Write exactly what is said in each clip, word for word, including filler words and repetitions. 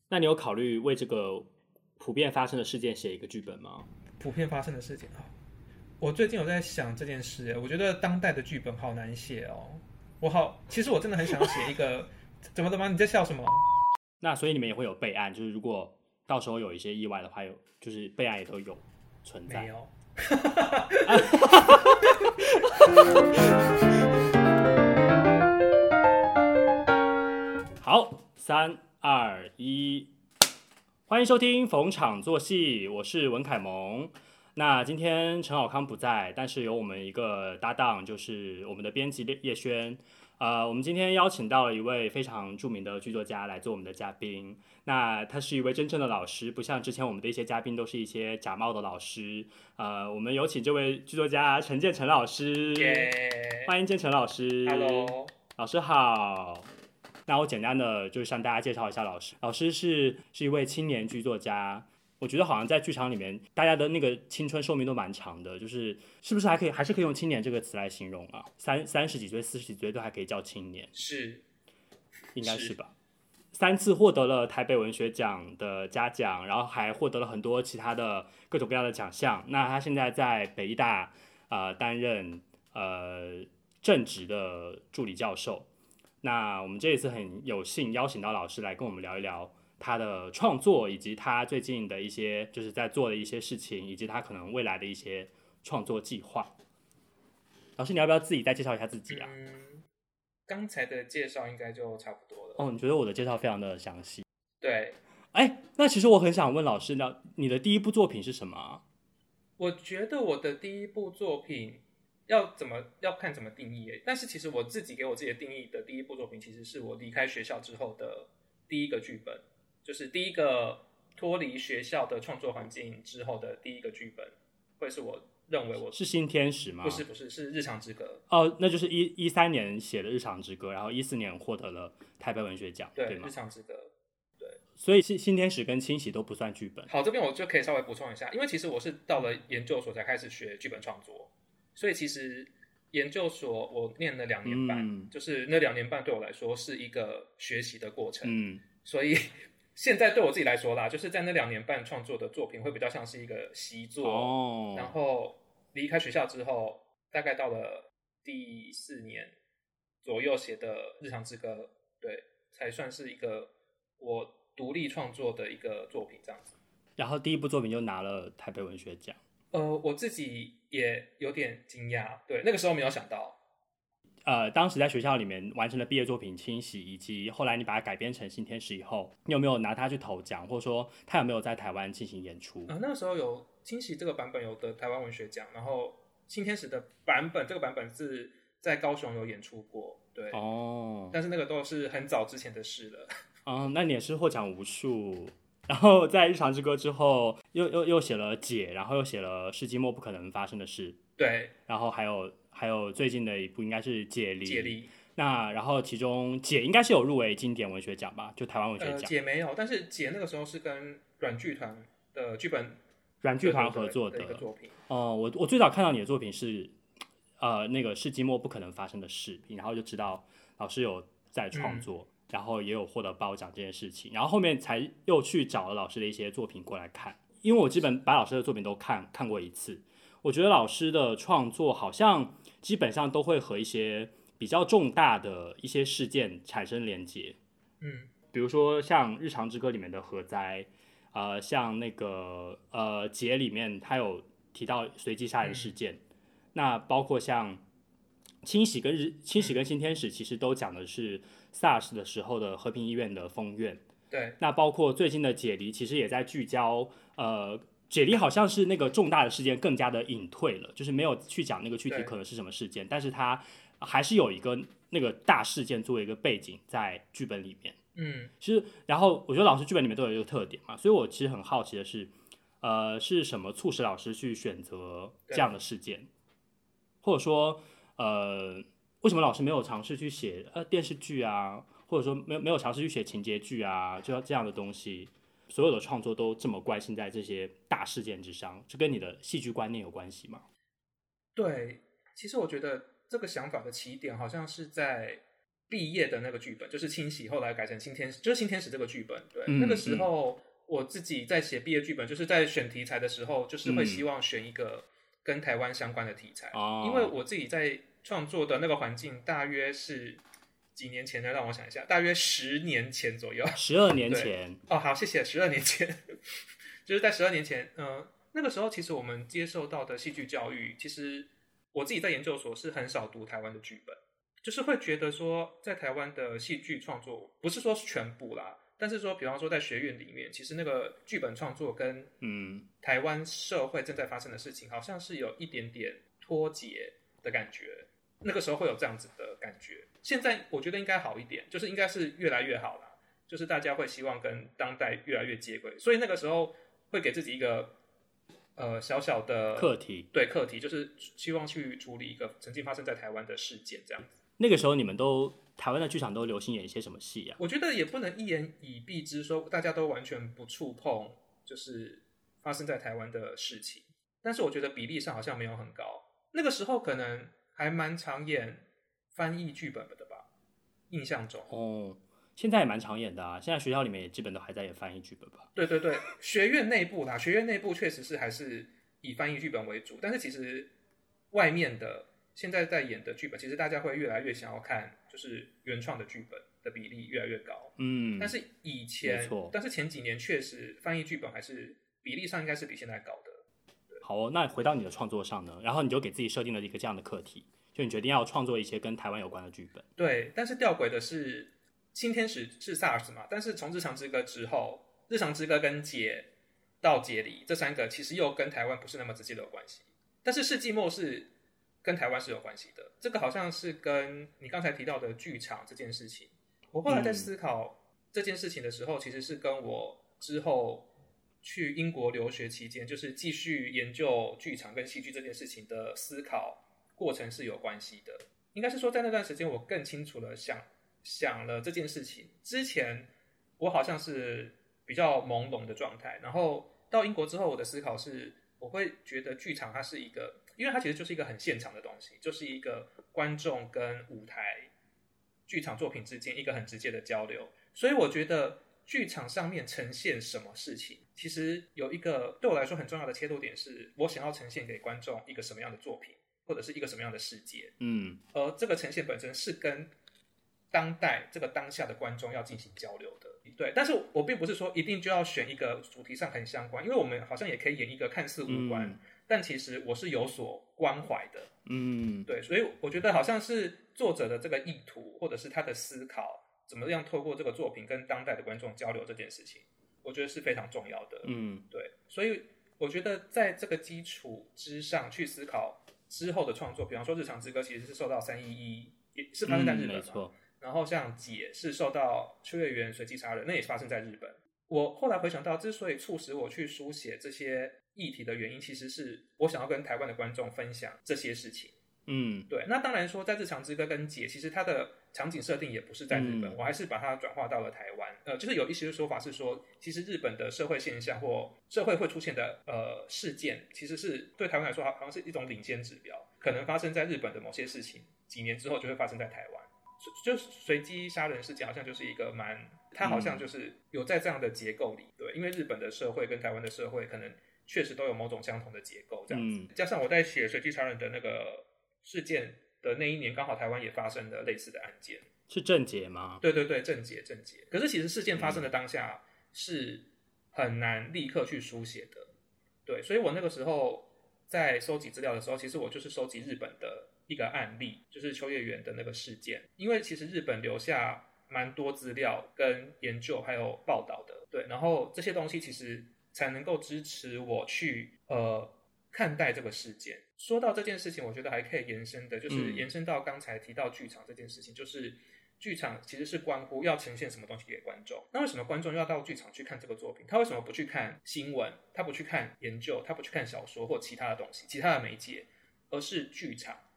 那你有考虑为这个普遍发生的事件写一个剧本吗？ 普遍发生的事件，我最近有在想这件事，我觉得当代的剧本好难写哦。我好，其实我真的很想写一个，怎么的吗？你在笑什么？ 那所以你们也会有备案，就是如果到时候有一些意外的话，有就是备案也都有存在。 没有。 好，三二一，欢迎收听逢场作戏，我是文凯蒙。那今天陈好康不在，但是有我们一个搭档，就是我们的编辑叶轩。呃，我们今天邀请到了一位非常著名的剧作家来做我们的嘉宾。那他是一位真正的老师，不像之前我们的一些嘉宾都是一些假冒的老师。呃，我们有请这位剧作家陈建成老师， yeah. 欢迎建成老师。 Hello， 老师好。那我简单的就向大家介绍一下老师。老师是是一位青年剧作家。我觉得好像在剧场里面，大家的那个青春寿命都蛮长的，就是是不是还可以，还是可以用青年这个词来形容啊？三三十几岁、四十几岁都还可以叫青年， 是， 应该是吧？三次获得了台北文学奖的嘉奖，然后还获得了很多其他的各种各样的奖项。那他现在在北艺大呃担任呃正职的助理教授。那我们这一次很有幸邀请到老师来跟我们聊一聊他的创作，以及他最近的一些就是在做的一些事情，以及他可能未来的一些创作计划。老师，你要不要自己再介绍一下自己啊？ 嗯，刚才的介绍应该就差不多了。 哦，你觉得我的介绍非常的详细？ 对。 哎，那其实我很想问老师，你的第一部作品是什么啊？ 我觉得我的第一部作品要怎么要看怎么定义耶，但是其实我自己给我自己的定义的第一部作品，其实是我离开学校之后的第一个剧本。就是第一个脱离学校的创作环境之后的第一个剧本，会是我认为我是新天使吗？ 不是不是，是日常之歌。 哦，那就是一一三年写的日常之歌，然后一四年获得了台北文学奖， 对, 对吗？ 日常之歌，对。 所以新天使跟清洗都不算剧本。 好，这边我就可以稍微补充一下，因为其实我是到了研究所才开始学剧本创作，所以其实研究所我念了两年半，嗯、就是那两年半对我来说是一个学习的过程，嗯，所以现在对我自己来说啦，就是在那两年半创作的作品会比较像是一个习作，哦，然后离开学校之后，大概到了第四年左右写的日常之歌，对，才算是一个我独立创作的一个作品这样子。 然后第一部作品就拿了台北文学奖。 呃，我自己也有点惊讶，对，那个时候没有想到。 呃，当时在学校里面完成了毕业作品《清洗》，以及后来你把它改编成《新天使》以后，你有没有拿它去投奖，或者说它有没有在台湾进行演出？ 呃，那个时候有《清洗》这个版本有得台湾文学奖，然后《新天使》的版本这个版本是在高雄有演出过，对，哦，但是那个都是很早之前的事了。 哦，那你也是获奖无数。然后在《日常之歌》之后又又又写了《解》，然后又写了《世纪末不可能发生的事》， 对， 然后还有还有最近的一部应该是《解离》， 解离。 那然后其中《解》应该是有入围经典文学奖吧，就台湾文学奖。呃， 解没有，但是《解》那个时候是跟软剧团的剧本软剧团合作 的, 的一个作品。 哦、呃，我我最早看到你的作品是呃那个《世纪末不可能发生的事》，然后就知道老师有在创作。嗯，然后也有获得褒奖这件事情，然后后面才又去找了老师的一些作品过来看，因为我基本把老师的作品都看看过一次。我觉得老师的创作好像基本上都会和一些比较重大的一些事件产生连结，嗯，比如说像《日常之歌》里面的核灾，呃，像那个呃节里面他有提到随机杀人事件，嗯，那包括像清洗跟日清洗跟新天使其实都讲的是 SARS 的时候的和平医院的封院， 对， 那包括最近的解离其实也在聚焦，呃，解离好像是那个重大的事件更加的隐退了，就是没有去讲那个具体可能是什么事件，但是它还是有一个那个大事件作为一个背景在剧本里面，嗯，其实然后我觉得老师剧本里面都有一个特点嘛，所以我其实很好奇的是，呃，是什么促使老师去选择这样的事件，或者说呃，为什么老师没有尝试去写呃电视剧啊，或者说没有没有尝试去写情节剧啊，就这样的东西？所有的创作都这么关心在这些大事件之上，这跟你的戏剧观念有关系吗？ 对，其实我觉得这个想法的起点好像是在毕业的那个剧本，就是清喜后来改成新天使，就是新天使这个剧本。对， 嗯、 那个时候我自己在写毕业剧本，就是在选题材的时候，就是会希望选一个跟台湾相关的题材， 嗯、 因为我自己在创作的那个环境大约是几年前呢？让我想一下，大约十年前左右。 十二年前哦，好，谢谢，十二年前，就是在十二年前，嗯、呃，那个时候其实我们接受到的戏剧教育，其实我自己在研究所是很少读台湾的剧本。就是会觉得说，在台湾的戏剧创作，不是说全部啦，但是说，比方说在学院里面，其实那个剧本创作跟嗯台湾社会正在发生的事情，好像是有一点点脱节的感觉。那个时候会有这样子的感觉。现在我觉得应该好一点，就是应该是越来越好啦，就是大家会希望跟当代越来越接轨，所以那个时候会给自己一个呃小小的课题， 对课题，就是希望去处理一个曾经发生在台湾的事件这样子。 那个时候你们都台湾的剧场都流行演一些什么戏啊？ 我觉得也不能一言以蔽之说大家都完全不触碰就是发生在台湾的事情，但是我觉得比例上好像没有很高。那个时候可能还蛮常演翻译剧本的吧，印象中。 哦，现在也蛮常演的啊，现在学校里面也基本都还在演翻译剧本吧？ 对对对，学院内部啦，学院内部确实是还是以翻译剧本为主，但是其实外面的现在在演的剧本，其实大家会越来越想要看，就是原创的剧本的比例越来越高。嗯，但是以前，但是前几年确实翻译剧本还是比例上应该是比现在高的。 好哦，那回到你的创作上呢？然后你就给自己设定了一个这样的课题，就你决定要创作一些跟台湾有关的剧本。 对，但是吊诡的是，新天使是 SARS 嘛，但是从日常之歌之后，日常之歌跟解到解离这三个其实又跟台湾不是那么直接的有关系，但是世纪末是跟台湾是有关系的。这个好像是跟你刚才提到的剧场这件事情，我后来在思考这件事情的时候，其实是跟我之后去英国留学期间，就是继续研究剧场跟戏剧这件事情的思考过程是有关系的。应该是说在那段时间我更清楚了想想了这件事情。之前我好像是比较朦胧的状态，然后到英国之后我的思考是我会觉得剧场它是一个，因为它其实就是一个很现场的东西，就是一个观众跟舞台剧场作品之间一个很直接的交流，所以我觉得剧场上面呈现什么事情，其实有一个对我来说很重要的切入点，是我想要呈现给观众一个什么样的作品，或者是一个什么样的世界。嗯，而这个呈现本身是跟当代这个当下的观众要进行交流的。对，但是我并不是说一定就要选一个主题上很相关，因为我们好像也可以演一个看似无关、嗯、但其实我是有所关怀的。嗯，对，所以我觉得好像是作者的这个意图，或者是他的思考，怎么样透过这个作品跟当代的观众交流这件事情，我觉得是非常重要的。嗯，对，所以我觉得在这个基础之上去思考之后的创作，比方说《日常之歌》其实是受到三一一，也是发生在日本嘛、嗯、没错。然后像解是受到秋叶原随机杀人，那也发生在日本。我后来回想到，之所以促使我去书写这些议题的原因，其实是我想要跟台湾的观众分享这些事情。嗯，对。那当然说，在日常之歌跟解，其实它的场景设定也不是在日本，嗯、我还是把它转化到了台湾。呃，就是有一些说法是说，其实日本的社会现象或社会会出现的呃事件，其实是对台湾来说，好像是一种领先指标，可能发生在日本的某些事情，几年之后就会发生在台湾。就随机杀人事件好像就是一个蛮，它好像就是有在这样的结构里，对，因为日本的社会跟台湾的社会可能确实都有某种相同的结构这样子。嗯、加上我在写随机杀人的那个事件的那一年，刚好台湾也发生了类似的案件， 是郑捷吗？ 对对对，郑捷郑捷。可是其实事件发生的当下是很难立刻去书写的，对，所以我那个时候在收集资料的时候，其实我就是收集日本的一个案例，就是秋叶原的那个事件，因为其实日本留下蛮多资料跟研究还有报道的，对，然后这些东西其实才能够支持我去呃看待这个事件。说到这件事情，我觉得还可以延伸的，就是延伸到刚才提到剧场这件事情，就是剧场其实是关乎要呈现什么东西给观众。那为什么观众要到剧场去看这个作品？他为什么不去看新闻？他不去看研究？他不去看小说或其他的东西，其他的媒介？而是剧场，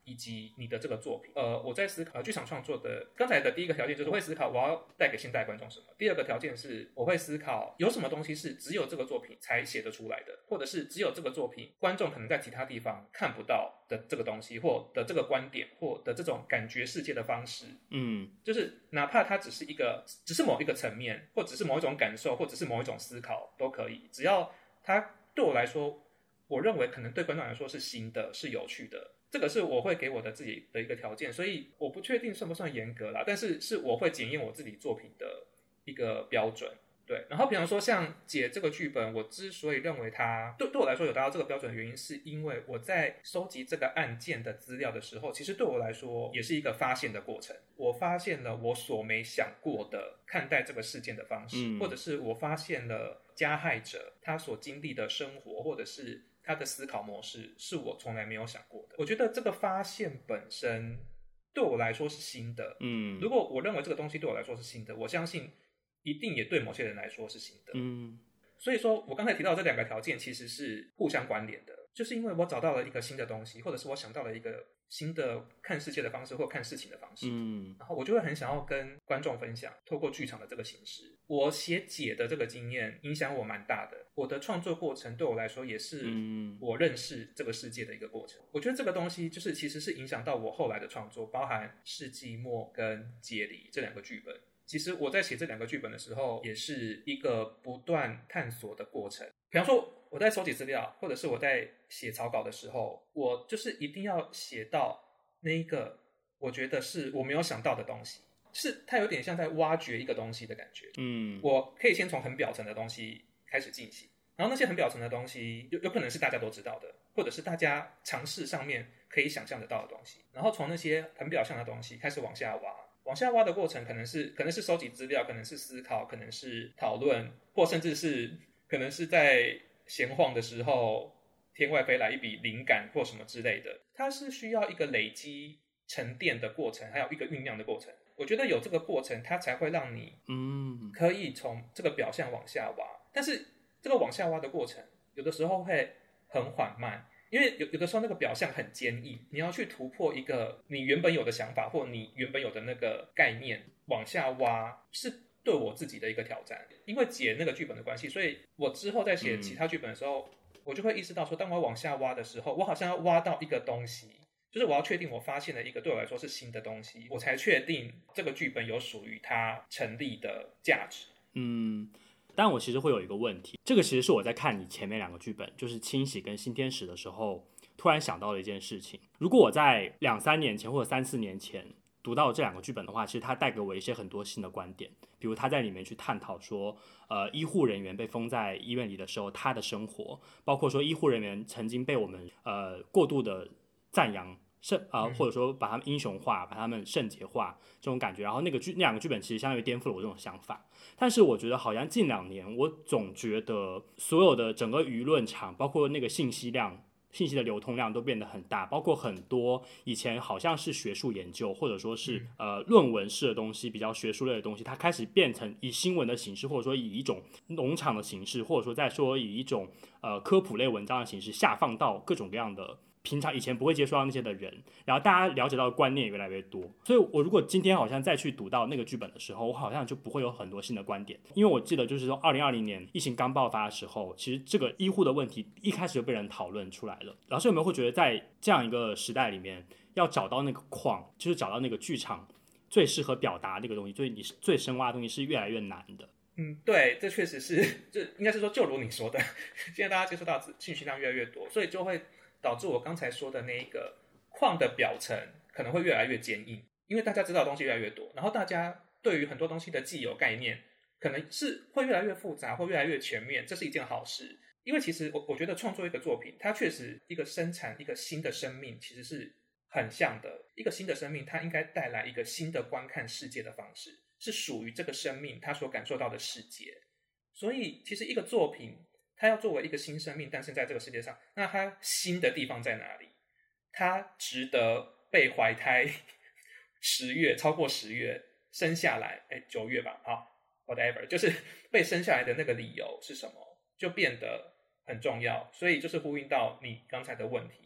以及你的这个作品。呃，我在思考剧场创作的刚才的第一个条件就是我会思考我要带给现代观众什么，第二个条件是我会思考有什么东西是只有这个作品才写得出来的，或者是只有这个作品观众可能在其他地方看不到的这个东西，或的这个观点，或的这种感觉世界的方式。嗯，就是哪怕它只是一个只是某一个层面，或只是某一种感受，或只是某一种思考都可以，只要它对我来说我认为可能对观众来说是新的是有趣的，这个是我会给我的自己的一个条件。所以我不确定算不算严格啦，但是是我会检验我自己作品的一个标准。对，然后比方说像姐这个剧本，我之所以认为它对对我来说有达到这个标准的原因，是因为我在收集这个案件的资料的时候，其实对我来说也是一个发现的过程。我发现了我所没想过的看待这个事件的方式，嗯、或者是我发现了加害者他所经历的生活，或者是他的思考模式是我从来没有想过的。我觉得这个发现本身对我来说是新的。嗯，如果我认为这个东西对我来说是新的，我相信一定也对某些人来说是新的。嗯，所以说我刚才提到这两个条件其实是互相关联的，就是因为我找到了一个新的东西，或者是我想到了一个新的看世界的方式或看事情的方式。嗯，然后我就会很想要跟观众分享，透过剧场的这个形式，我写解的这个经验影响我蛮大的。我的创作过程对我来说也是我认识这个世界的一个过程。我觉得这个东西就是其实是影响到我后来的创作，包含世纪末跟解离这两个剧本。其实我在写这两个剧本的时候也是一个不断探索的过程。比方说我在收集资料，或者是我在写草稿的时候，我就是一定要写到那一个我觉得是我没有想到的东西，是它有点像在挖掘一个东西的感觉。嗯，我可以先从很表层的东西开始进行，然后那些很表层的东西 有, 有可能是大家都知道的，或者是大家尝试上面可以想象得到的东西，然后从那些很表象的东西开始往下挖。往下挖的过程可能是可能是收集资料，可能是思考，可能是讨论，或甚至是可能是在闲晃的时候天外飞来一笔灵感或什么之类的。它是需要一个累积沉淀的过程，还有一个酝酿的过程。我觉得有这个过程，它才会让你嗯可以从这个表象往下挖。但是这个往下挖的过程有的时候会很缓慢，因为 有, 有的时候那个表象很坚硬，你要去突破一个你原本有的想法或你原本有的那个概念往下挖，是对我自己的一个挑战。因为解那个剧本的关系，所以我之后在写其他剧本的时候、嗯、我就会意识到说，当我往下挖的时候，我好像要挖到一个东西，就是我要确定我发现了一个对我来说是新的东西，我才确定这个剧本有属于它成立的价值。 嗯，但我其实会有一个问题，这个其实是我在看你前面两个剧本，就是清洗跟新天使的时候突然想到的一件事情。如果我在两三年前或者三四年前读到这两个剧本的话，其实它带给我一些很多新的观点，比如他在里面去探讨说呃，医护人员被封在医院里的时候他的生活，包括说医护人员曾经被我们呃过度的赞扬圣啊、呃，或者说把他们英雄化，把他们圣洁化这种感觉，然后那个剧那两个剧本其实相当于颠覆了我这种想法。但是我觉得好像近两年，我总觉得所有的整个舆论场，包括那个信息量、信息的流通量都变得很大，包括很多以前好像是学术研究或者说是呃论文式的东西，比较学术类的东西，它开始变成以新闻的形式，或者说以一种农场的形式，或者说再说以一种呃科普类文章的形式下放到各种各样的平常以前不会接触到那些的人，然后大家了解到的观念也越来越多。所以我如果今天好像再去读到那个剧本的时候，我好像就不会有很多新的观点。因为我记得就是说二零二零年疫情刚爆发的时候，其实这个医护的问题一开始就被人讨论出来了。老师有没有会觉得在这样一个时代里面，要找到那个框，就是找到那个剧场最适合表达那个东西，最你最深挖的东西是越来越难的？ 嗯，对，这确实是，这应该是说就如你说的，现在大家接触到信息量越来越多，所以就会导致我刚才说的那一个框的表层可能会越来越坚硬，因为大家知道的东西越来越多，然后大家对于很多东西的既有概念可能是会越来越复杂，会越来越全面，这是一件好事。因为其实 我, 我觉得创作一个作品，它确实一个生产一个新的生命其实是很像的，一个新的生命它应该带来一个新的观看世界的方式，是属于这个生命它所感受到的世界。所以其实一个作品它要作为一个新生命诞生在这个世界上，那它新的地方在哪里？它值得被怀胎十月超过十月生下来，哎，九月吧，好 ，whatever， 就是被生下来的那个理由是什么，就变得很重要。所以就是呼应到你刚才的问题，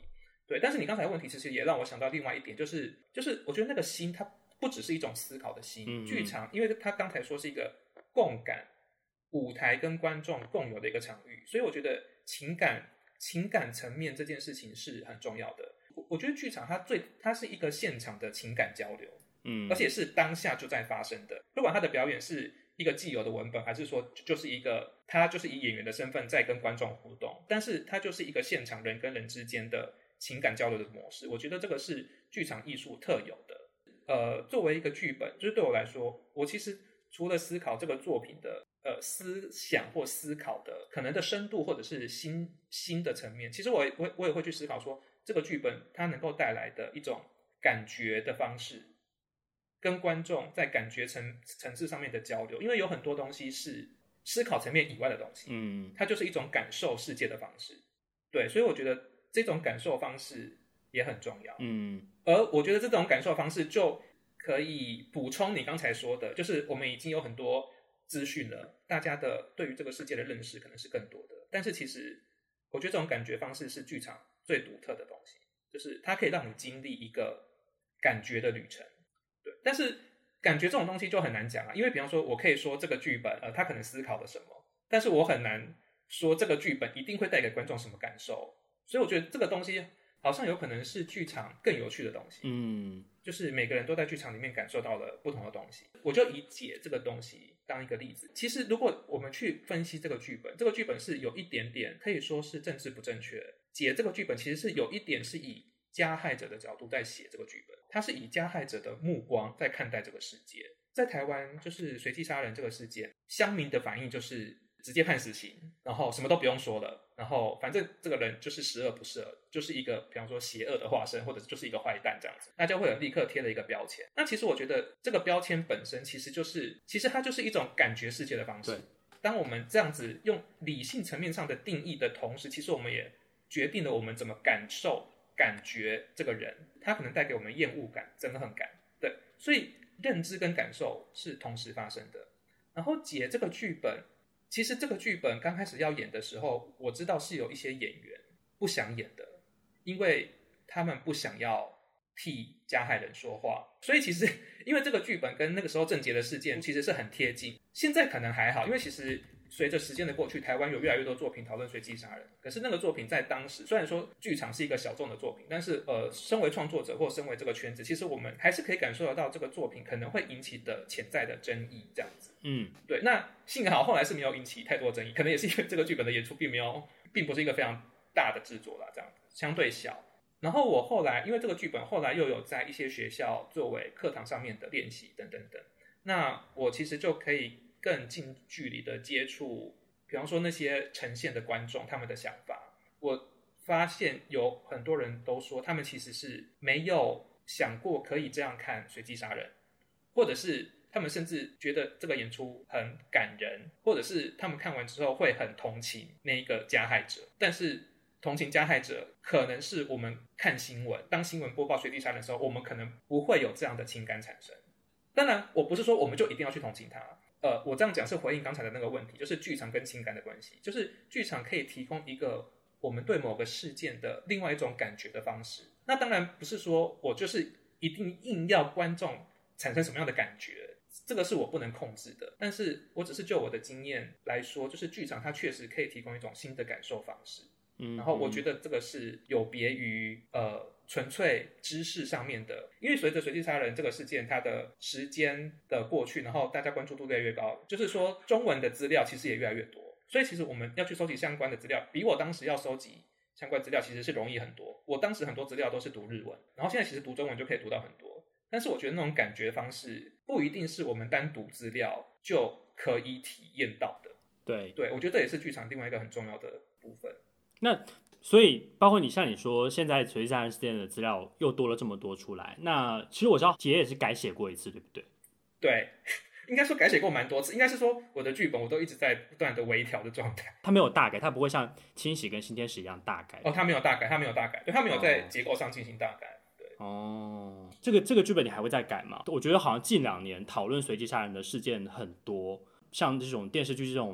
对，但是你刚才的问题其实也让我想到另外一点，就是就是我觉得那个心它不只是一种思考的心，嗯、剧场因为他刚才说是一个共感，舞台跟观众共有的一个场域，所以我觉得情感情感层面这件事情是很重要的。我我觉得剧场它最它是一个现场的情感交流，嗯，而且是当下就在发生的，不管他的表演是一个既有的文本，还是说就是一个他就是以演员的身份在跟观众互动，但是他就是一个现场人跟人之间的情感交流的模式，我觉得这个是剧场艺术特有的。呃，作为一个剧本，就是对我来说，我其实除了思考这个作品的呃思想或思考的可能的深度，或者是新新的层面，其实我也我我也会去思考说，这个剧本它能够带来的一种感觉的方式，跟观众在感觉层层次上面的交流，因为有很多东西是思考层面以外的东西，嗯，它就是一种感受世界的方式，对，所以我觉得这种感受方式也很重要，嗯，而我觉得这种感受方式就可以补充你刚才说的，就是我们已经有很多资讯了，大家的对于这个世界的认识可能是更多的，但是其实我觉得这种感觉方式是剧场最独特的东西，就是它可以让你经历一个感觉的旅程，对，但是感觉这种东西就很难讲啊，因为比方说我可以说这个剧本呃，他可能思考了什么，但是我很难说这个剧本一定会带给观众什么感受，所以我觉得这个东西好像有可能是剧场更有趣的东西，嗯，就是每个人都在剧场里面感受到了不同的东西。我就以解这个东西当一个例子，其实如果我们去分析这个剧本，这个剧本是有一点点可以说是政治不正确，解这个剧本其实是有一点是以加害者的角度在写这个剧本，他是以加害者的目光在看待这个世界。在台湾就是随机杀人这个事件，乡民的反应就是直接判死刑，然后什么都不用说了，然后反正这个人就是十恶不赦，就是一个比方说邪恶的化身，或者就是一个坏蛋这样子，大家会很立刻贴了一个标签。那其实我觉得这个标签本身其实就是其实它就是一种感觉世界的方式。当我们这样子用理性层面上的定义的同时，其实我们也决定了我们怎么感受感觉这个人，他可能带给我们厌恶感、憎恨感，对，所以认知跟感受是同时发生的。然后解这个剧本，其实这个剧本刚开始要演的时候，我知道是有一些演员不想演的，因为他们不想要替加害人说话，所以其实因为这个剧本跟那个时候郑捷的事件其实是很贴近，现在可能还好，因为其实随着时间的过去，台湾有越来越多作品讨论随机杀人，可是那个作品在当时虽然说剧场是一个小众的作品，但是呃，身为创作者或身为这个圈子，其实我们还是可以感受得到这个作品可能会引起的潜在的争议这样子。嗯，对，那幸好后来是没有引起太多争议，可能也是因为这个剧本的演出并没有并不是一个非常大的制作啦，这样子相对小。然后我后来因为这个剧本后来又有在一些学校作为课堂上面的练习等等等，那我其实就可以更近距离的接触，比方说那些呈现的观众他们的想法，我发现有很多人都说他们其实是没有想过可以这样看随机杀人，或者是他们甚至觉得这个演出很感人，或者是他们看完之后会很同情那一个加害者，但是同情加害者可能是我们看新闻，当新闻播报随机杀人的时候，我们可能不会有这样的情感产生。当然我不是说我们就一定要去同情他，呃，我这样讲是回应刚才的那个问题，就是剧场跟情感的关系，就是剧场可以提供一个我们对某个事件的另外一种感觉的方式。那当然不是说我就是一定硬要观众产生什么样的感觉，这个是我不能控制的，但是我只是就我的经验来说，就是剧场它确实可以提供一种新的感受方式。嗯，然后我觉得这个是有别于呃纯粹知识上面的，因为随着随机杀人这个事件它的时间的过去，然后大家关注度越来越高，就是说中文的资料其实也越来越多，所以其实我们要去收集相关的资料比我当时要收集相关资料其实是容易很多。我当时很多资料都是读日文，然后现在其实读中文就可以读到很多，但是我觉得那种感觉方式不一定是我们单读资料就可以体验到的。 对对，我觉得这也是剧场另外一个很重要的部分。 那所以包括你像你说现在随机杀人事件的资料又多了这么多出来，那其实我知道杰也是改写过一次对不对？ 对，应该说改写过蛮多次，应该是说我的剧本我都一直在不断的微调的状态。 他没有大改，他不会像清洗跟新天使一样大改。 哦，他没有大改，他没有大改，对，他没有在结构上进行大改。对， 哦，这个这个剧本你还会再改吗？我觉得好像近两年讨论随机杀人的事件很多，像这种电视剧这种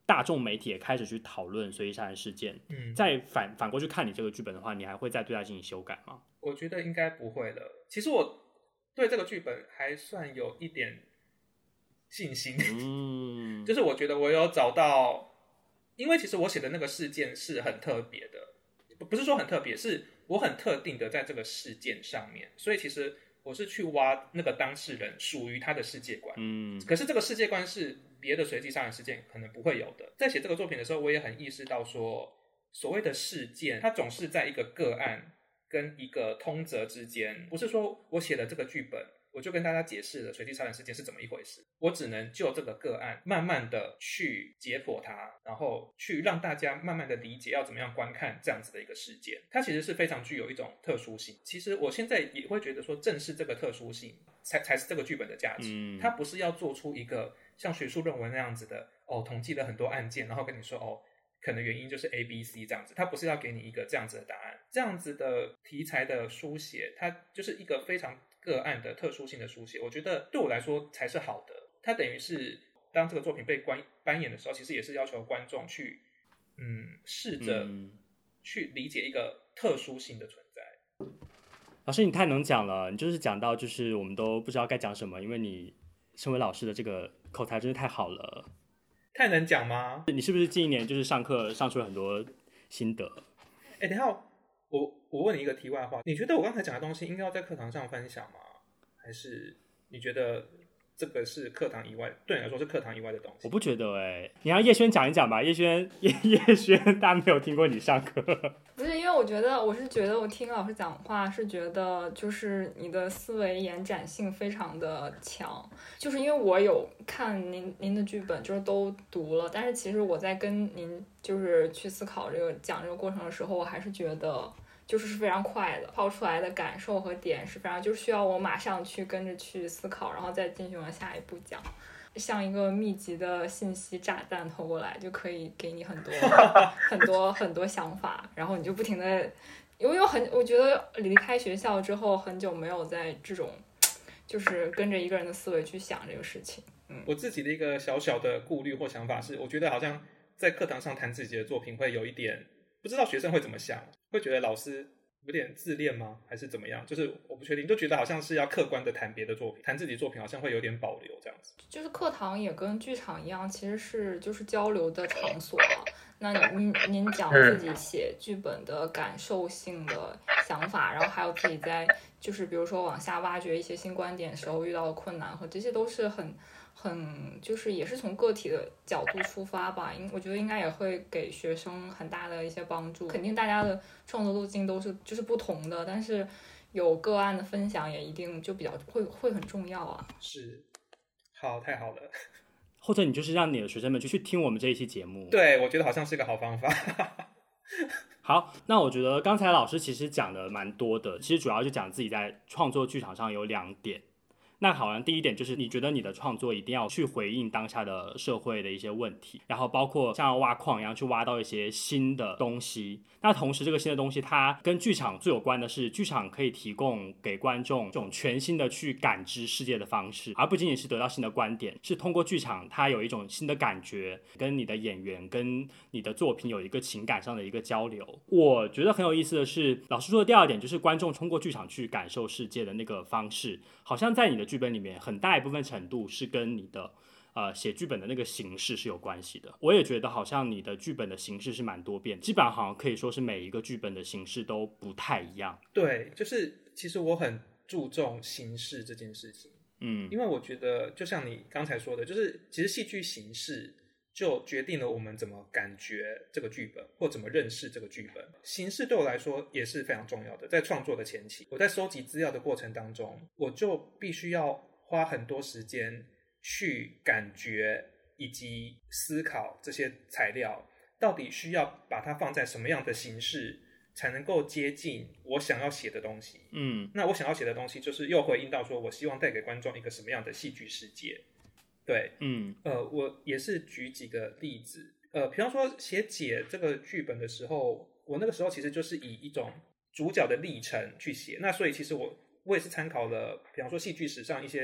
大众媒体也开始去讨论随机杀人事件， 嗯， 再反反过去看你这个剧本的话，你还会再对它进行修改吗？ 我觉得应该不会了。其实我对这个剧本还算有一点信心，嗯，就是我觉得我有找到，因为其实我写的那个事件是很特别的，不是说很特别，是我很特定的在这个事件上面，所以其实我是去挖那个当事人属于他的世界观，嗯，可是这个世界观是别的随机杀人事件可能不会有的。在写这个作品的时候，我也很意识到说，所谓的事件，它总是在一个个案跟一个通则之间，不是说我写了这个剧本，我就跟大家解释了随机杀人事件是怎么一回事，我只能就这个个案慢慢的去解剖它，然后去让大家慢慢的理解要怎么样观看这样子的一个事件。它其实是非常具有一种特殊性。其实我现在也会觉得说，正是这个特殊性才才是这个剧本的价值。嗯，它不是要做出一个像学术论文那样子的哦，统计了很多案件，然后跟你说哦，可能原因就是 A B C 这样子，它不是要给你一个这样子的答案。这样子的题材的书写，它就是一个非常个案的特殊性的书写，我觉得对我来说才是好的。它等于是当这个作品被观扮演的时候，其实也是要求观众去嗯试着去理解一个特殊性的存在。 老师你太能讲了，你就是讲到就是我们都不知道该讲什么，因为你身为老师的这个口才真是太好了。 太能讲吗？ 你是不是近一年就是上课上出了很多心得？ 哎，等一下，我我问你一个题外话，你觉得我刚才讲的东西应该要在课堂上分享吗？还是你觉得这个是课堂以外，对你来说是课堂以外的东西？ 我不觉得哎、欸，你让叶轩讲一讲吧。叶轩，叶叶轩，大家没有听过你上课。 不是，因为我觉得，我是觉得我听老师讲话是觉得，就是你的思维延展性非常的强。就是因为我有看您您的剧本，就是都读了，但是其实我在跟您就是去思考这个讲这个过程的时候，我还是觉得。就是是非常快的，抛出来的感受和点是非常，就需要我马上去跟着去思考，然后再进行了下一步讲，像一个密集的信息炸弹投过来，就可以给你很多很多很多想法，然后你就不停的，因为我很我觉得离开学校之后很久没有在这种就是跟着一个人的思维去想这个事情。嗯， 我自己的一个小小的顾虑或想法是，我觉得好像在课堂上谈自己的作品会有一点。不知道学生会怎么想，会觉得老师有点自恋吗？还是怎么样？就是我不确定，就觉得好像是要客观的谈别的作品，谈自己作品好像会有点保留这样子。 就是课堂也跟剧场一样，其实是就是交流的场所。那您您讲自己写剧本的感受性的想法，然后还有自己在就是比如说往下挖掘一些新观点的时候遇到的困难和这些都是很。很就是也是从个体的角度出发吧，我觉得应该也会给学生很大的一些帮助。肯定大家的创作路径都是就是不同的，但是有个案的分享也一定就比较会会很重要啊。 是，好，太好了。 或者你就是让你的学生们就去听我们这一期节目。 对，我觉得好像是个好方法。 好，那我觉得刚才老师其实讲的蛮多的，其实主要就讲自己在创作剧场上有两点。那好像第一点就是你觉得你的创作一定要去回应当下的社会的一些问题，然后包括像挖矿一样去挖到一些新的东西。那同时这个新的东西它跟剧场最有关的是，剧场可以提供给观众这种全新的去感知世界的方式，而不仅仅是得到新的观点，是通过剧场它有一种新的感觉，跟你的演员跟你的作品有一个情感上的一个交流。我觉得很有意思的是，老师说的第二点就是观众通过剧场去感受世界的那个方式，好像在你的剧本里面很大一部分程度是跟你的呃写剧本的那个形式是有关系的。我也觉得好像你的剧本的形式是蛮多变，基本上好像可以说是每一个剧本的形式都不太一样。 对，就是其实我很注重形式这件事情，嗯，因为我觉得就像你刚才说的，就是其实戏剧形式就决定了我们怎么感觉这个剧本或怎么认识这个剧本。形式对我来说也是非常重要的。在创作的前期，我在收集资料的过程当中，我就必须要花很多时间去感觉以及思考这些材料到底需要把它放在什么样的形式才能够接近我想要写的东西。嗯，那我想要写的东西就是又回应到说我希望带给观众一个什么样的戏剧世界。对，嗯，呃，我也是举几个例子，呃，比方说写姐这个剧本的时候，我那个时候其实就是以一种主角的历程去写，那所以其实我我也是参考了，比方说戏剧史上一些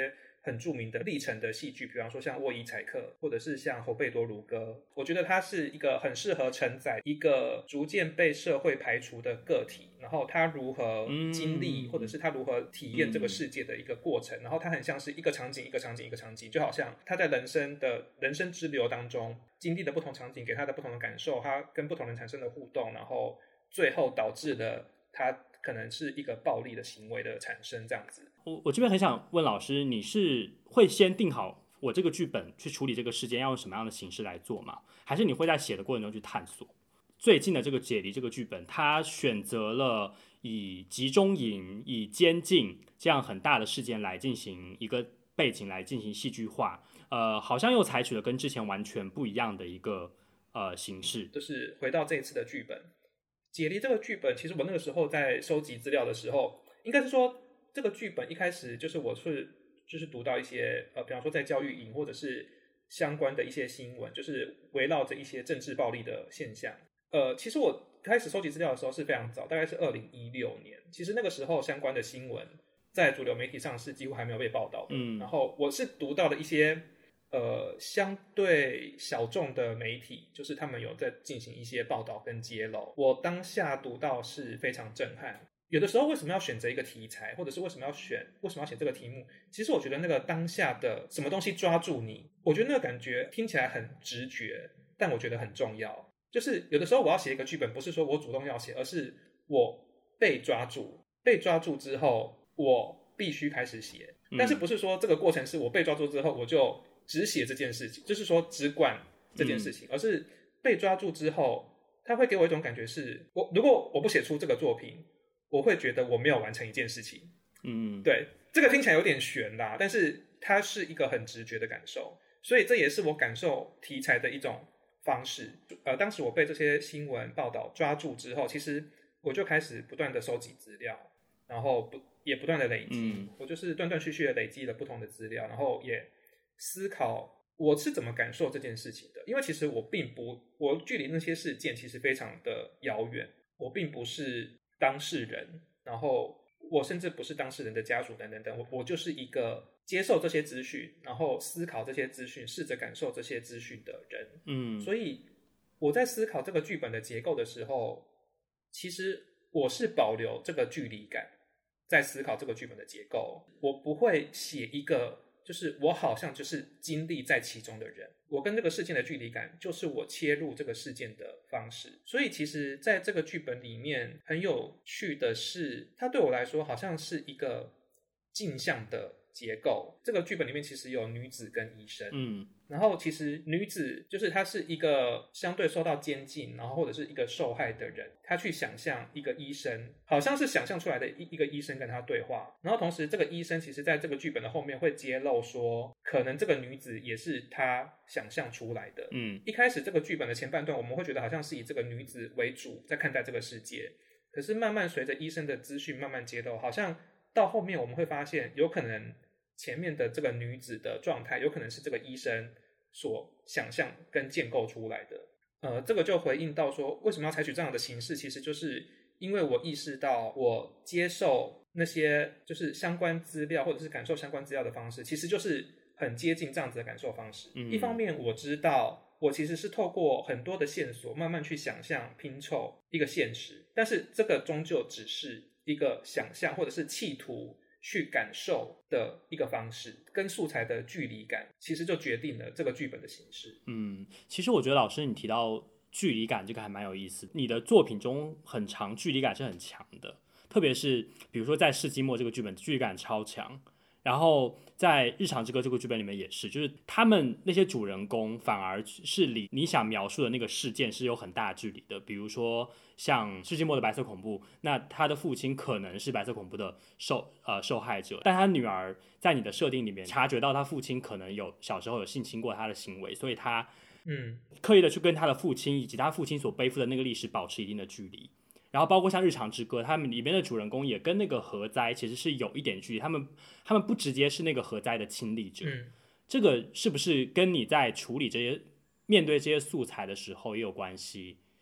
很著名的历程的戏剧，比方说像沃伊采克或者是像侯贝多卢歌，我觉得它是一个很适合承载一个逐渐被社会排除的个体，然后他如何经历、嗯、或者是他如何体验这个世界的一个过程、嗯、然后它很像是一个场景一个场景一个场景，就好像他在人生的人生之流当中经历的不同场景给他的不同的感受，他跟不同人产生的互动，然后最后导致了他可能是一个暴力的行为的产生这样子。 我我这边很想问老师，你是会先定好我这个剧本去处理这个事件要用什么样的形式来做吗？还是你会在写的过程中去探索？最近的这个解离这个剧本，他选择了以集中营、以监禁这样很大的事件来进行一个背景来进行戏剧化，呃，好像又采取了跟之前完全不一样的一个呃形式。 就是回到这一次的剧本解离这个剧本，其实我那个时候在收集资料的时候，应该是说这个剧本一开始就是我是就是读到一些呃，比方说在教育营或者是相关的一些新闻，就是围绕着一些政治暴力的现象。呃，其实我开始收集资料的时候是非常早，大概是二零一六年。其实那个时候相关的新闻在主流媒体上是几乎还没有被报道的。嗯，然后我是读到了一些呃相对小众的媒体，就是他们有在进行一些报道跟揭露。我当下读到是非常震撼。有的时候为什么要选择一个题材，或者是为什么要选为什么要写这个题目，其实我觉得那个当下的什么东西抓住你，我觉得那个感觉听起来很直觉，但我觉得很重要。就是有的时候我要写一个剧本，不是说我主动要写，而是我被抓住，被抓住之后我必须开始写。但是不是说这个过程是我被抓住之后我就只写这件事情，就是说只管这件事情、嗯、而是被抓住之后它会给我一种感觉是，我如果我不写出这个作品，我会觉得我没有完成一件事情。嗯，对，这个听起来有点悬啦，但是它是一个很直觉的感受，所以这也是我感受题材的一种方式。呃，当时我被这些新闻报道抓住之后，其实我就开始不断的收集资料，然后不也不断的累积、嗯、我就是断断续续的累积了不同的资料，然后也思考我是怎么感受这件事情的。因为其实我并不我距离那些事件其实非常的遥远，我并不是当事人，然后我甚至不是当事人的家属等等等， 我, 我就是一个接受这些资讯，然后思考这些资讯，试着感受这些资讯的人。嗯，所以我在思考这个剧本的结构的时候，其实我是保留这个距离感在思考这个剧本的结构。我不会写一个就是我好像就是经历在其中的人，我跟这个事件的距离感就是我切入这个事件的方式。所以其实在这个剧本里面很有趣的是，它对我来说好像是一个镜像的结构。这个剧本里面其实有女子跟医生，嗯，然后其实女子就是她是一个相对受到监禁，然后或者是一个受害的人，她去想象一个医生，好像是想象出来的一个医生跟她对话，然后同时这个医生其实在这个剧本的后面会揭露说，可能这个女子也是她想象出来的。嗯，一开始这个剧本的前半段我们会觉得好像是以这个女子为主在看待这个世界，可是慢慢随着医生的资讯慢慢揭露，好像到后面我们会发现有可能前面的这个女子的状态有可能是这个医生所想象跟建构出来的。呃，这个就回应到说为什么要采取这样的形式，其实就是因为我意识到我接受那些就是相关资料或者是感受相关资料的方式其实就是很接近这样子的感受方式。嗯，一方面我知道我其实是透过很多的线索慢慢去想象拼凑一个现实，但是这个终究只是一个想象或者是企图去感受的一个方式，跟素材的距离感其实就决定了这个剧本的形式。 嗯，其实我觉得老师你提到距离感这个还蛮有意思，你的作品中很长距离感是很强的，特别是比如说在世纪末这个剧本距离感超强，然后在日常之歌这个剧本里面也是，就是他们那些主人公反而是离你想描述的那个事件是有很大距离的。比如说像世纪末的白色恐怖，那他的父亲可能是白色恐怖的受呃受害者，但他女儿在你的设定里面察觉到他父亲可能有小时候有性侵过他的行为，所以他嗯刻意的去跟他的父亲以及他父亲所背负的那个历史保持一定的距离。然后包括像日常之歌，他们里面的主人公也跟那个核灾其实是有一点距离，他们他们不直接是那个核灾的亲历者。嗯，这个是不是跟你在处理这些面对这些素材的时候也有关系？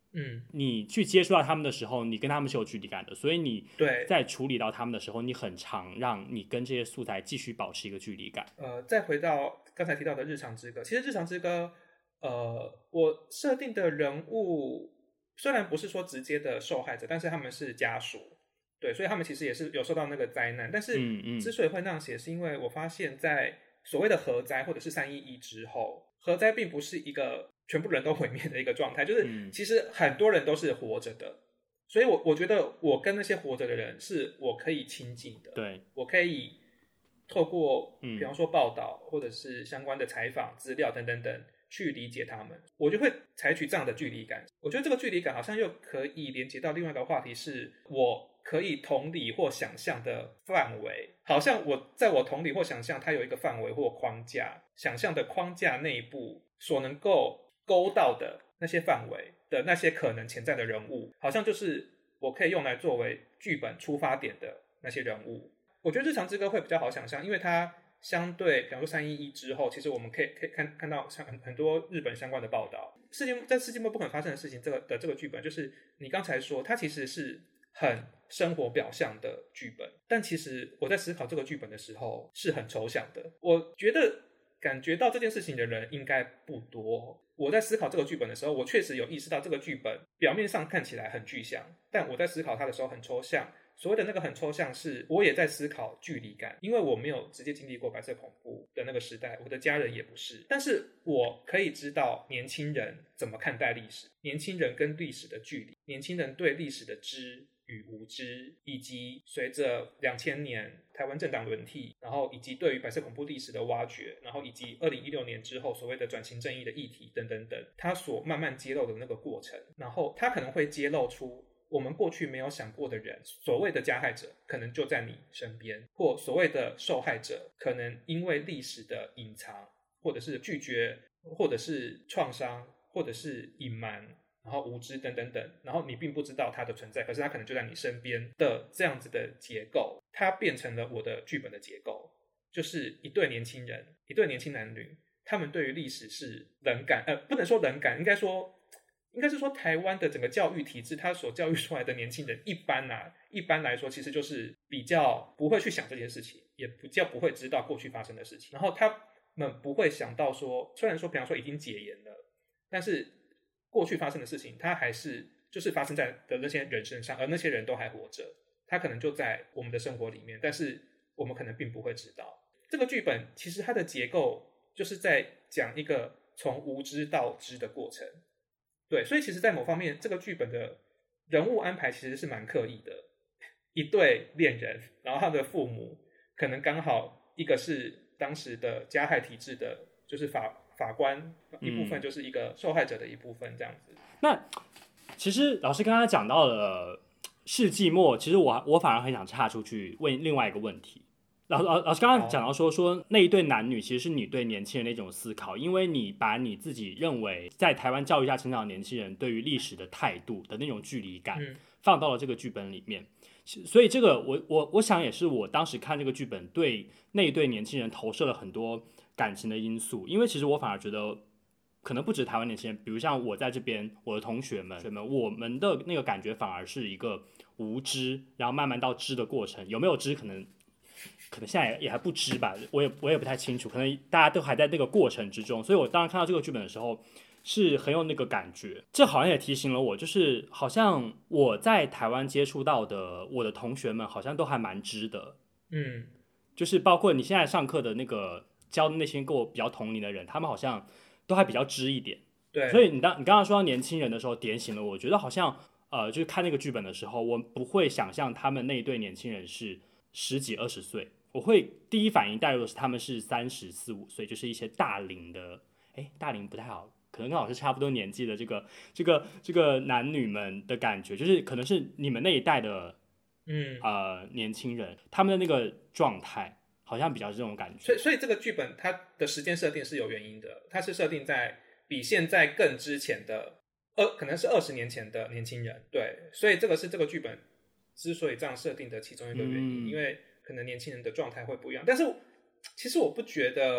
嗯， 你去接触到他们的时候，你跟他们是有距离感的，所以你在处理到他们的时候，你很常让你跟这些素材继续保持一个距离感。 呃，再回到刚才提到的日常之歌，其实日常之歌，呃，我设定的人物虽然不是说直接的受害者，但是他们是家属，对，所以他们其实也是有受到那个灾难。但是之所以会那样写，是因为我发现在所谓的核灾或者是三一一之后，核灾并不是一个全部人都毁灭的一个状态，就是其实很多人都是活着的，所以我我觉得我跟那些活着的人是我可以亲近的， 对， 我可以透过比方说报道或者是相关的采访资料等等等去理解他们，我就会采取这样的距离感。我觉得这个距离感好像又可以连接到另外一个话题，是我可以同理或想象的范围，好像我在我同理或想象它有一个范围或框架，想象的框架内部所能够勾到的那些范围的那些可能潜在的人物，好像就是我可以用来作为剧本出发点的那些人物。我觉得日常之歌会比较好想象，因为它相对比方说三一一之后，其实我们可以可以 看, 看到很很多日本相关的报道，世界在世界末不可能发生的事情这个的这个剧本，就是你刚才说它其实是很生活表象的剧本，但其实我在思考这个剧本的时候是很抽象的。我觉得感觉到这件事情的人应该不多。我在思考这个剧本的时候，我确实有意识到这个剧本表面上看起来很具象，但我在思考它的时候很抽象。所谓的那个很抽象是我也在思考距离感，因为我没有直接经历过白色恐怖的那个时代，我的家人也不是，但是我可以知道年轻人怎么看待历史，年轻人跟历史的距离，年轻人对历史的知与无知，以及随着两千年台湾政党轮替，然后以及对于白色恐怖历史的挖掘，然后以及二零一六年之后所谓的转型正义的议题等等等，它所慢慢揭露的那个过程，然后它可能会揭露出我们过去没有想过的人，所谓的加害者可能就在你身边，或所谓的受害者可能因为历史的隐藏，或者是拒绝，或者是创伤，或者是隐瞒，然后无知等等等，然后你并不知道它的存在，可是它可能就在你身边的这样子的结构，它变成了我的剧本的结构，就是一对年轻人，一对年轻男女，他们对于历史是冷感，呃，不能说冷感，应该说应该是说台湾的整个教育体制，它所教育出来的年轻人一般啊，一般来说其实就是比较不会去想这件事情，也比较不会知道过去发生的事情，然后他们不会想到说，虽然说比方说已经解严了，但是过去发生的事情它还是就是发生在的那些人身上，而那些人都还活着，他可能就在我们的生活里面，但是我们可能并不会知道。这个剧本其实它的结构就是在讲一个从无知到知的过程，对，所以其实在某方面这个剧本的人物安排其实是蛮刻意的，一对恋人，然后他的父母可能刚好一个是当时的加害体制的就是法法官，一部分就是一个受害者的一部分这样子。 嗯、那其实老师刚刚讲到了世纪末，其实我我反而很想岔出去问另外一个问题。老老老师刚刚讲到说说那一对男女，其实是你对年轻人的一种思考，因为你把你自己认为在台湾教育下成长的年轻人对于历史的态度的那种距离感，放到了这个剧本里面。所以这个我我我想也是我当时看这个剧本对那一对年轻人投射了很多感情的因素，因为其实我反而觉得可能不止台湾年轻人，比如像我在这边，我的同学们，我们的那个感觉反而是一个无知，然后慢慢到知的过程，有没有知可能可能现在也还不知吧，我也我也不太清楚，可能大家都还在那个过程之中，所以我当时看到这个剧本的时候是很有那个感觉。这好像也提醒了我，就是好像我在台湾接触到的我的同学们好像都还蛮知的， 嗯， 就是包括你现在上课的那个教的那些跟我比较同龄的人，他们好像都还比较知一点。 对， 所以你当你刚刚说到年轻人的时候，点醒了我，觉得好像呃，就是看那个剧本的时候，我不会想象他们那一对年轻人是十几二十岁。我会第一反应带入的是他们是三十四五岁，就是一些大龄的，哎，大龄不太好，可能跟老师差不多年纪的这个这个这个男女们的感觉，就是可能是你们那一代的， 嗯呃年轻人，他们的那个状态好像比较是这种感觉。 所以所以这个剧本它的时间设定是有原因的，它是设定在比现在更之前的二可能是二十年前的年轻人，对，所以这个是这个剧本之所以这样设定的其中一个原因，嗯、因为可能年轻人的状态会不一样，但是其实我不觉得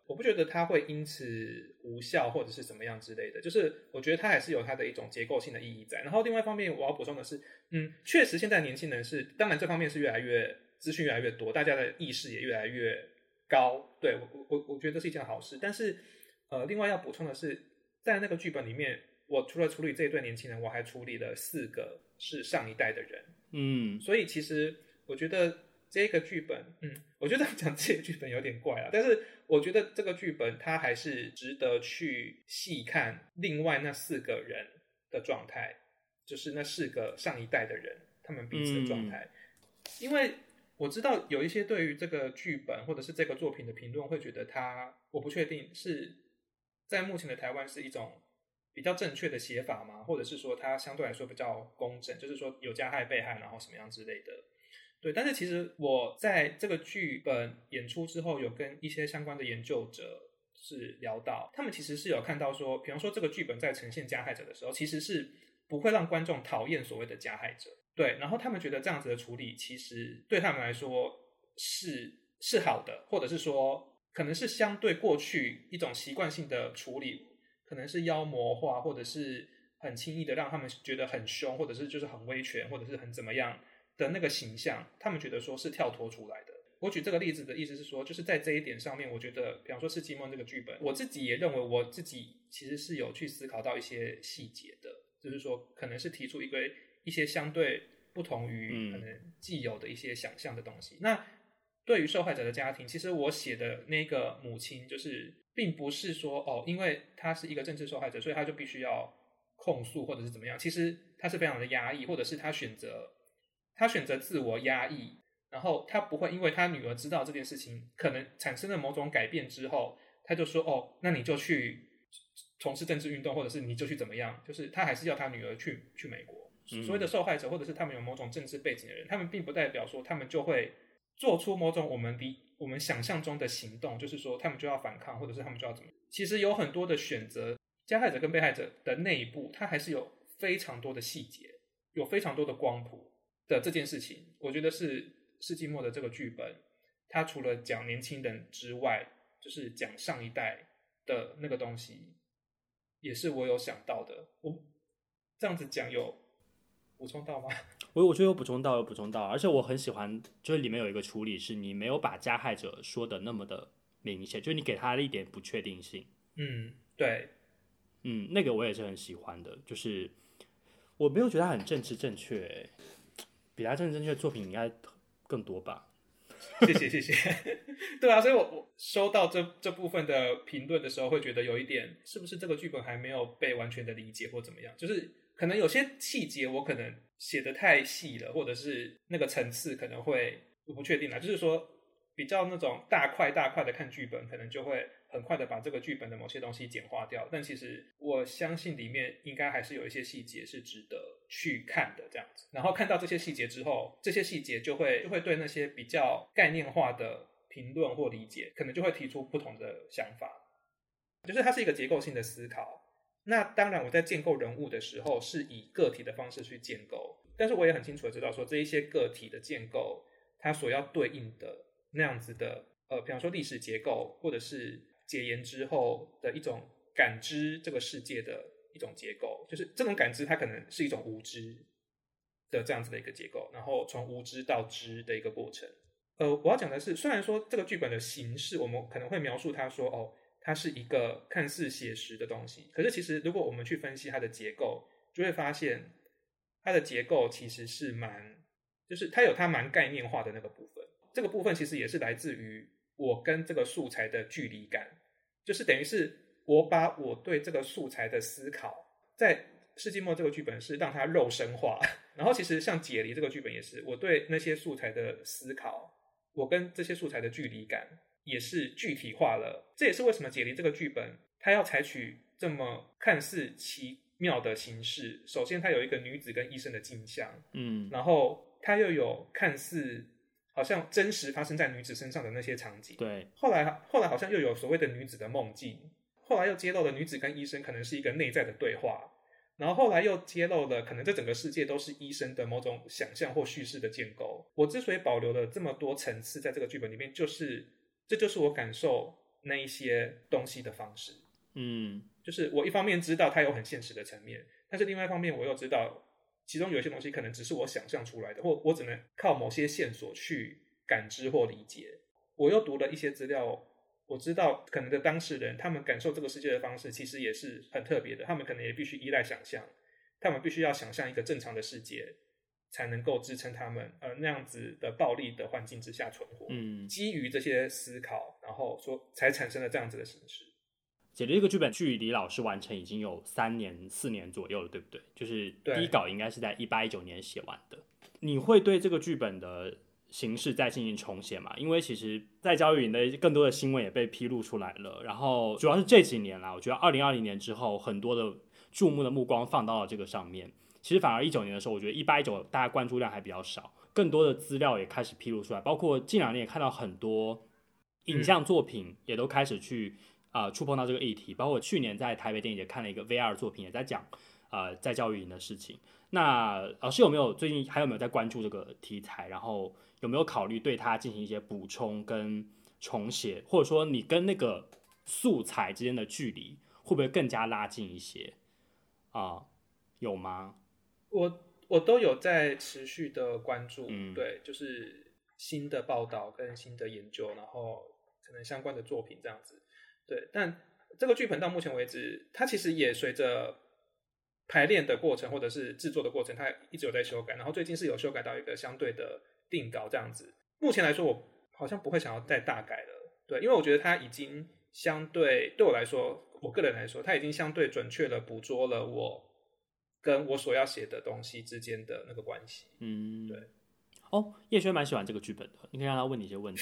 我不觉得它会因此无效或者是怎么样之类的，就是我觉得它还是有它的一种结构性的意义在。然后另外一方面我要补充的是，嗯，确实现在年轻人是，当然这方面是越来越资讯越来越多，大家的意识也越来越高，对，我我我觉得是一件好事。但是呃，另外要补充的是，在那个剧本里面，我除了处理这一对年轻人，我还处理了四个是上一代的人， 嗯， 所以其实我觉得这个剧本，嗯，我觉得讲这个剧本有点怪啊，但是我觉得这个剧本它还是值得去细看另外那四个人的状态，就是那四个上一代的人他们彼此的状态，嗯，因为我知道有一些对于这个剧本或者是这个作品的评论会觉得它，我不确定是在目前的台湾是一种比较正确的写法吗？或者是说它相对来说比较公正，就是说有加害被害然后什么样之类的。对，但是其实我在这个剧本演出之后，有跟一些相关的研究者是聊到，他们其实是有看到说，比方说这个剧本在呈现加害者的时候，其实是不会让观众讨厌所谓的加害者。对，然后他们觉得这样子的处理其实对他们来说是是好的，或者是说可能是相对过去一种习惯性的处理，可能是妖魔化，或者是很轻易的让他们觉得很凶，或者是就是很威权，或者是很怎么样的那个形象，他们觉得说是跳脱出来的。我举这个例子的意思是说，就是在这一点上面，我觉得比方说《世纪末》这个剧本，我自己也认为我自己其实是有去思考到一些细节的，就是说可能是提出一个一些相对不同于可能既有的一些想象的东西。嗯、那对于受害者的家庭，其实我写的那个母亲，就是并不是说哦，因为她是一个政治受害者，所以她就必须要控诉或者是怎么样。其实她是非常的压抑，或者是她选择她选择自我压抑，然后她不会因为她女儿知道这件事情可能产生了某种改变之后，她就说哦，那你就去从事政治运动，或者是你就去怎么样，就是她还是要她女儿去去美国。所谓的受害者或者是他们有某种政治背景的人，他们并不代表说他们就会做出某种我们比我们想象中的行动，就是说他们就要反抗，或者是他们就要怎么样。其实有很多的选择，加害者跟被害者的内部，它还是有非常多的细节，有非常多的光谱的这件事情。我觉得是世纪末的这个剧本，它除了讲年轻人之外，就是讲上一代的那个东西，也是我有想到的。我这样子讲有补充到吗？ 我我觉得有补充到，有补充到，而且我很喜欢，就是里面有一个处理是你没有把加害者说的那么的明显，就是你给他一点不确定性。 嗯，对， 嗯，那个我也是很喜欢的，就是我没有觉得他很政治正确，比他政治正确的作品应该更多吧。 谢谢谢谢，对啊，所以我我收到这这部分的评论的时候，会觉得有一点，是不是这个剧本还没有被完全的理解或怎么样？就是可能有些细节我可能写得太细了，或者是那个层次可能会我不确定啦。就是说比较那种大块大块的看剧本，可能就会很快的把这个剧本的某些东西简化掉。但其实我相信里面应该还是有一些细节是值得去看的，这样子。然后看到这些细节之后，这些细节就会就会对那些比较概念化的评论或理解，可能就会提出不同的想法。就是它是一个结构性的思考。那当然我在建构人物的时候是以个体的方式去建构，但是我也很清楚的知道说这一些个体的建构它所要对应的那样子的呃，比方说历史结构，或者是解严之后的一种感知这个世界的一种结构，就是这种感知它可能是一种无知的这样子的一个结构，然后从无知到知的一个过程。呃，我要讲的是，虽然说这个剧本的形式我们可能会描述它说哦它是一个看似写实的东西，可是其实如果我们去分析它的结构，就会发现它的结构其实是蛮，就是它有它蛮概念化的那个部分。这个部分其实也是来自于我跟这个素材的距离感，就是等于是我把我对这个素材的思考，在世纪末这个剧本是让它肉身化，然后其实像解离这个剧本也是我对那些素材的思考，我跟这些素材的距离感也是具体化了。这也是为什么解离这个剧本它要采取这么看似奇妙的形式。首先它有一个女子跟医生的镜像，嗯，然后它又有看似好像真实发生在女子身上的那些场景， 对， 后来后来好像又有所谓的女子的梦境，后来又揭露了女子跟医生可能是一个内在的对话，然后后来又揭露了可能这整个世界都是医生的某种想象或叙事的建构。我之所以保留了这么多层次在这个剧本里面，就是这就是我感受那一些东西的方式。 嗯， 就是我一方面知道它有很现实的层面，但是另外一方面我又知道其中有一些东西可能只是我想象出来的，或我只能靠某些线索去感知或理解。我又读了一些资料，我知道可能的当事人他们感受这个世界的方式其实也是很特别的，他们可能也必须依赖想象，他们必须要想象一个正常的世界才能够支撑他们呃那样子的暴力的环境之下存活。 嗯， 基于这些思考，然后说才产生了这样子的形式。 写的这个剧本距离老师完成已经有三年四年左右了，对不对？就是第一稿应该是在一八一九年写完的。你会对这个剧本的形式再进行重写嘛？因为其实在教育营的更多的新闻也被披露出来了，然后主要是这几年啦，我觉得二零二零年之后很多的注目的目光放到了这个上面。其实反而一九年的时候，我觉得一八一九大家关注量还比较少，更多的资料也开始披露出来，包括近两年也看到很多影像作品也都开始去呃触碰到这个议题，包括去年在台北电影节看了一个 V R 作品，也在讲呃在教育营的事情。那老师有没有最近还有没有在关注这个题材？然后有没有考虑对它进行一些补充跟重写，或者说你跟那个素材之间的距离会不会更加拉近一些啊、呃？有吗？ 我我都有在持续的关注， 嗯， 对，就是新的报道跟新的研究，然后可能相关的作品这样子，对。但这个剧本到目前为止，它其实也随着排练的过程或者是制作的过程，它一直有在修改，然后最近是有修改到一个相对的定稿这样子。目前来说，我好像不会想要再大改了，对，因为我觉得它已经相对对我来说，我个人来说，它已经相对准确的捕捉了我跟我所要写的东西之间的那个关系。 嗯， 对。 哦，叶轩蛮喜欢这个剧本的，你可以让他问你一些问题。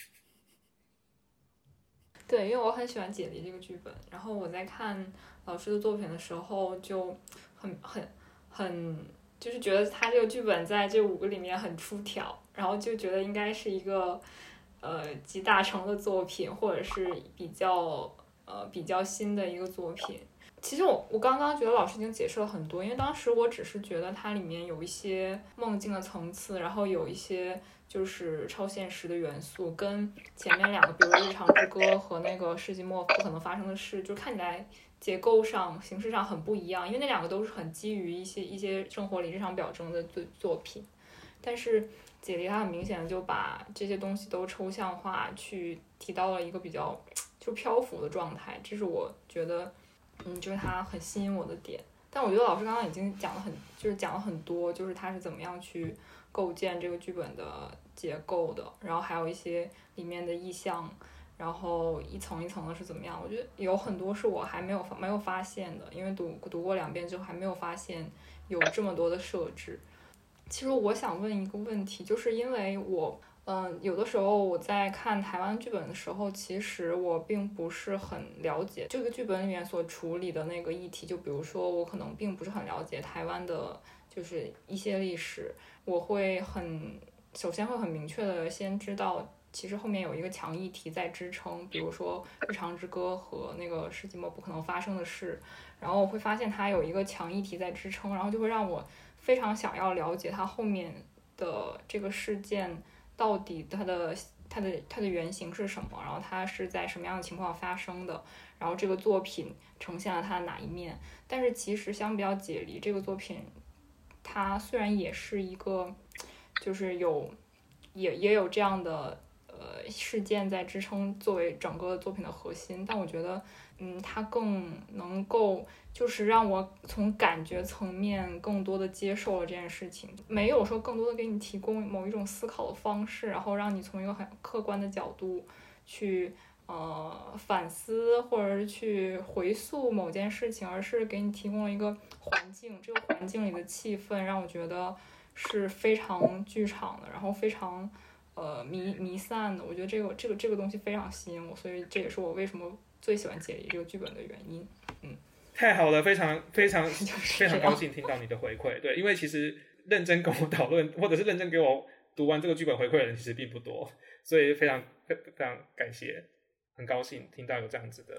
对，因为我很喜欢解离这个剧本，然后我在看老师的作品的时候，就很很很，就是觉得他这个剧本在这五个里面很出挑，然后就觉得应该是一个呃集大成的作品，或者是比较呃比较新的一个作品。其实我我刚刚觉得老师已经解释了很多，因为当时我只是觉得它里面有一些梦境的层次，然后有一些就是超现实的元素，跟前面两个，比如《日常之歌》和那个世纪末不可能发生的事，就看起来结构上、形式上很不一样，因为那两个都是很基于一些一些生活里日常表征的作作品，但是解离它很明显的就把这些东西都抽象化，去提到了一个比较就漂浮的状态，这是我觉得。嗯，就是它很吸引我的点，但我觉得老师刚刚已经讲了很，就是讲了很多，就是他是怎么样去构建这个剧本的结构的，然后还有一些里面的意象，然后一层一层的是怎么样，我觉得有很多是我还没有没有发现的，因为读读过两遍之后还没有发现有这么多的设置。其实我想问一个问题，就是因为我。嗯，有的时候我在看台湾剧本的时候，其实我并不是很了解这个剧本里面所处理的那个议题。就比如说，我可能并不是很了解台湾的，就是一些历史。我会很，首先会很明确的先知道，其实后面有一个强议题在支撑，比如说《日常之歌》和那个世纪末不可能发生的事。然后我会发现它有一个强议题在支撑，然后就会让我非常想要了解它后面的这个事件。到底它的它的它的原型是什么？然后它是在什么样的情况发生的？然后这个作品呈现了它的哪一面？但是其实相比较解离这个作品，它虽然也是一个，就是有也也有这样的呃事件在支撑作为整个作品的核心，但我觉得嗯它更能够。就是让我从感觉层面更多的接受了这件事情，没有说更多的给你提供某一种思考的方式，然后让你从一个很客观的角度去呃反思或者是去回溯某件事情，而是给你提供了一个环境，这个环境里的气氛让我觉得是非常剧场的，然后非常呃弥弥散的。我觉得这个这个这个东西非常吸引我，所以这也是我为什么最喜欢解离这个剧本的原因。嗯。 太好了，非常非常非常高兴听到你的回馈。对，因为其实认真跟我讨论，或者是认真给我读完这个剧本回馈的人其实并不多，所以非常非常感谢，很高兴听到有这样子的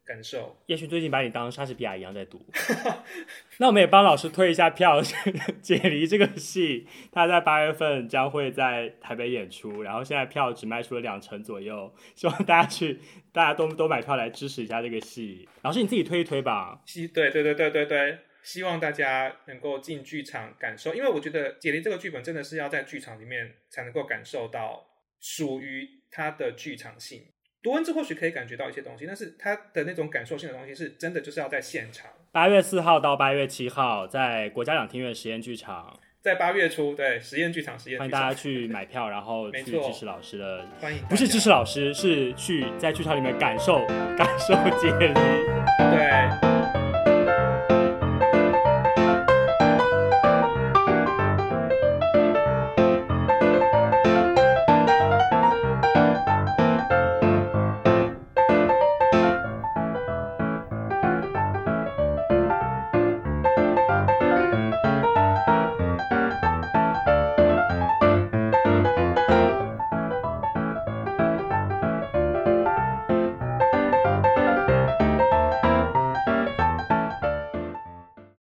感受。 也许最近把你当莎士比亚一样在读。那我们也帮老师推一下票，解离这个戏，他在八月份将会在台北演出，然后现在票只卖出了两成左右，希望大家去，大家都都买票来支持一下这个戏。老师你自己推一推吧。 对对对对对对，希望大家能够进剧场感受，因为我觉得解离这个剧本真的是要在剧场里面才能够感受到属于它的剧场性。读文字或许可以感觉到一些东西，但是它的那种感受性的东西是真的就是要在现场。 八月四号到八月七号，在国家两厅院实验剧场， 在八月初，对，实验剧场，实验剧场， 欢迎大家去买票，然后去支持老师的。 欢迎， 不是支持老师，是去在剧场里面感受感受解离。 对。